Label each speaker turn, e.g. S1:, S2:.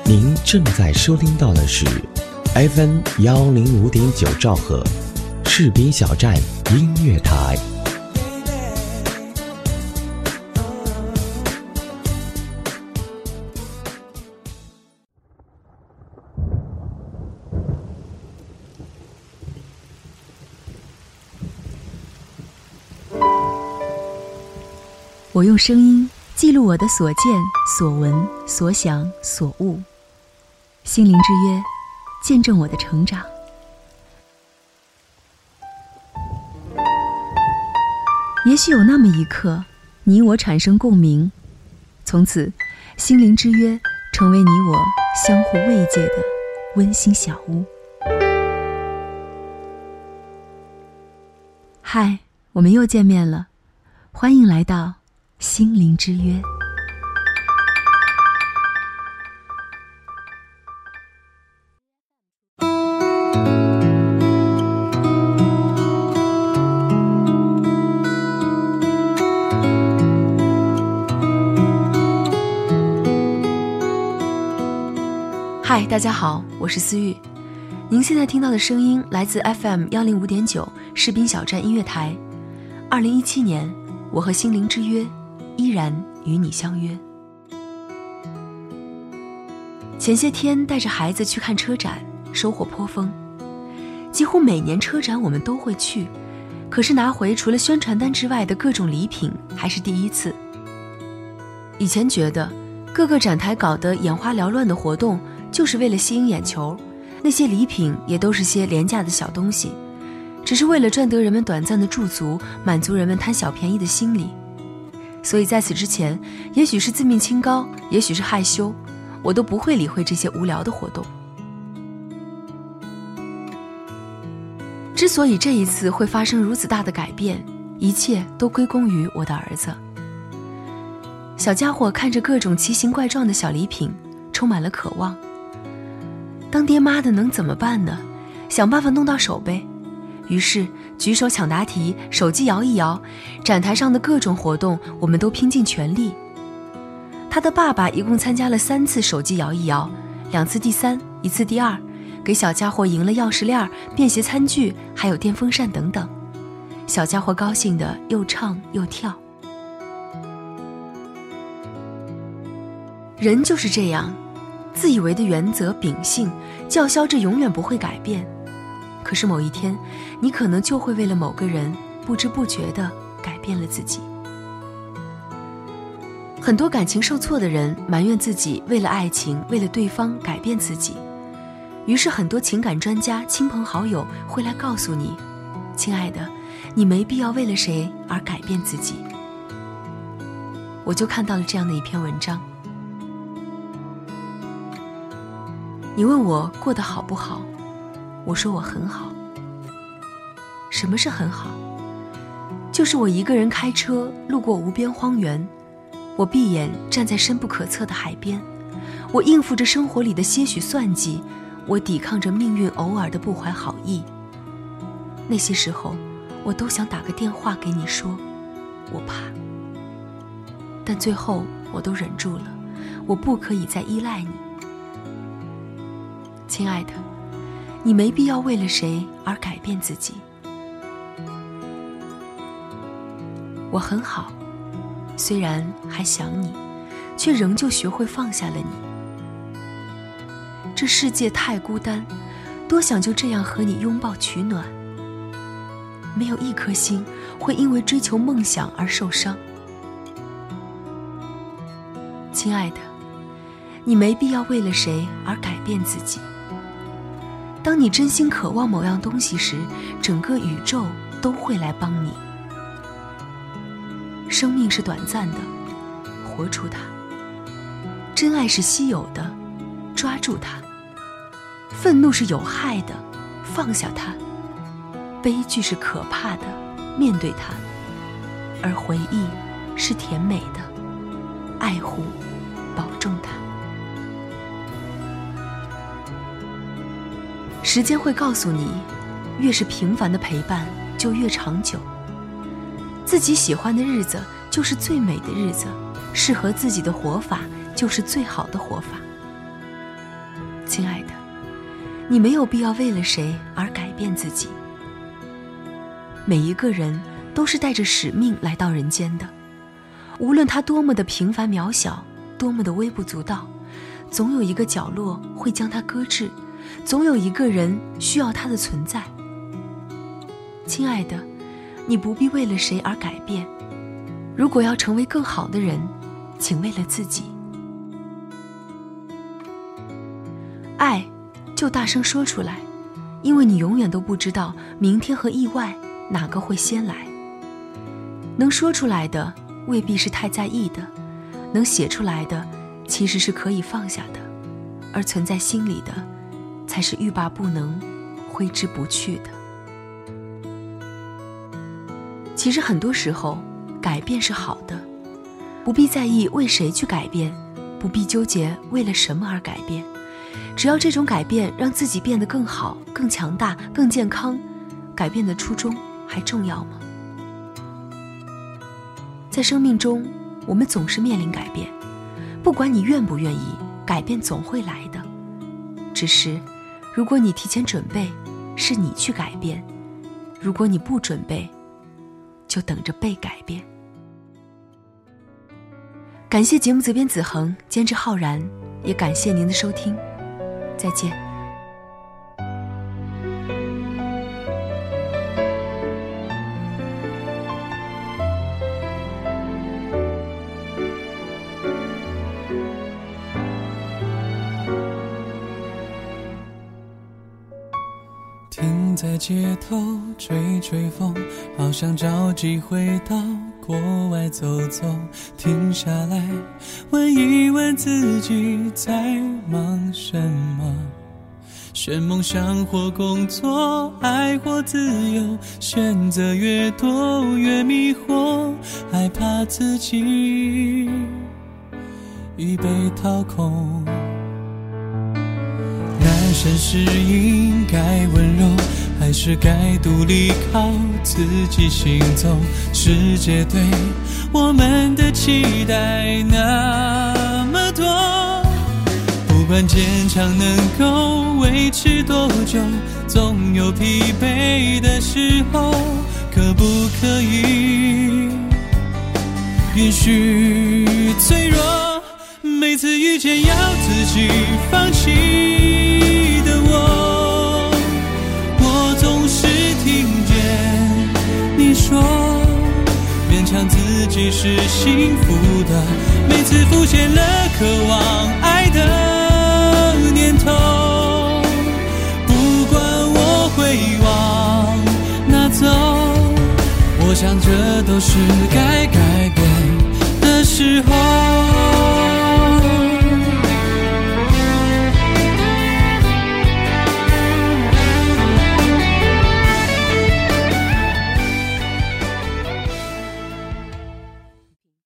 S1: 您正在收听到的是 FM 105.9兆赫士兵小站音乐台。
S2: 我用声音记录我的所见所闻所想所悟，心灵之约，见证我的成长。也许有那么一刻，你我产生共鸣，从此心灵之约成为你我相互慰藉的温馨小屋。嗨，我们又见面了，欢迎来到心灵之约。嗨，大家好，我是思玉。您现在听到的声音来自 FM 105.9士兵小站音乐台。2017年，我和心灵之约依然与你相约。前些天带着孩子去看车展，收获颇丰。几乎每年车展我们都会去，可是拿回除了宣传单之外的各种礼品还是第一次。以前觉得各个展台搞得眼花缭乱的活动就是为了吸引眼球，那些礼品也都是些廉价的小东西，只是为了赚得人们短暂的驻足，满足人们贪小便宜的心理。所以在此之前，也许是自命清高，也许是害羞，我都不会理会这些无聊的活动。之所以这一次会发生如此大的改变，一切都归功于我的儿子。小家伙看着各种奇形怪状的小礼品，充满了渴望。当爹妈的能怎么办呢？想办法弄到手呗。于是举手抢答题，手机摇一摇，展台上的各种活动我们都拼尽全力。他的爸爸一共参加了3次手机摇一摇，2次第3，1次第2，给小家伙赢了钥匙链、便携餐具，还有电风扇等等。小家伙高兴得又唱又跳。人就是这样，自以为的原则秉性，叫嚣着永远不会改变。可是某一天，你可能就会为了某个人，不知不觉地改变了自己。很多感情受挫的人埋怨自己为了爱情，为了对方改变自己。于是很多情感专家、亲朋好友会来告诉你，亲爱的，你没必要为了谁而改变自己。我就看到了这样的一篇文章。你问我过得好不好，我说我很好。什么是很好？就是我一个人开车路过无边荒原，我闭眼站在深不可测的海边，我应付着生活里的些许算计，我抵抗着命运偶尔的不怀好意。那些时候，我都想打个电话给你说，我怕。但最后我都忍住了，我不可以再依赖你。亲爱的，你没必要为了谁而改变自己。我很好，虽然还想你，却仍旧学会放下了你。这世界太孤单，多想就这样和你拥抱取暖。没有一颗心会因为追求梦想而受伤。亲爱的，你没必要为了谁而改变自己。当你真心渴望某样东西时，整个宇宙都会来帮你。生命是短暂的，活出它；真爱是稀有的，抓住它；愤怒是有害的，放下它；悲剧是可怕的，面对它；而回忆是甜美的，爱护，保重它。时间会告诉你，越是平凡的陪伴就越长久。自己喜欢的日子就是最美的日子，适合自己的活法就是最好的活法。 亲爱的，你没有必要为了谁而改变自己。每一个人都是带着使命来到人间的，无论他多么的平凡渺小，多么的微不足道，总有一个角落会将他搁置，总有一个人需要他的存在。亲爱的，你不必为了谁而改变，如果要成为更好的人，请为了自己。爱就大声说出来，因为你永远都不知道明天和意外哪个会先来。能说出来的未必是太在意的，能写出来的其实是可以放下的，而存在心里的才是欲罢不能，挥之不去的。其实很多时候改变是好的，不必在意为谁去改变，不必纠结为了什么而改变，只要这种改变让自己变得更好、更强大、更健康，改变的初衷还重要吗？在生命中，我们总是面临改变，不管你愿不愿意，改变总会来的。只是，如果你提前准备，是你去改变；如果你不准备，就等着被改变。感谢节目责编子恒，监制浩然，也感谢您的收听，再见。
S3: 停在街头吹吹风，好想找机会到国外走走，停下来问一问自己在忙什么，选梦想或工作，爱或自由，选择越多越迷惑，害怕自己已被掏空。男生是应该温柔，还是该独立靠自己行走？世界对我们的期待那么多，不管坚强能够维持多久，总有疲惫的时候，可不可以允许脆弱？每次遇见要自己放弃的我总是听见你说勉强自己是幸福的，每次浮现了渴望爱的念头，不管我会往哪走，我想这都是该改变的时候。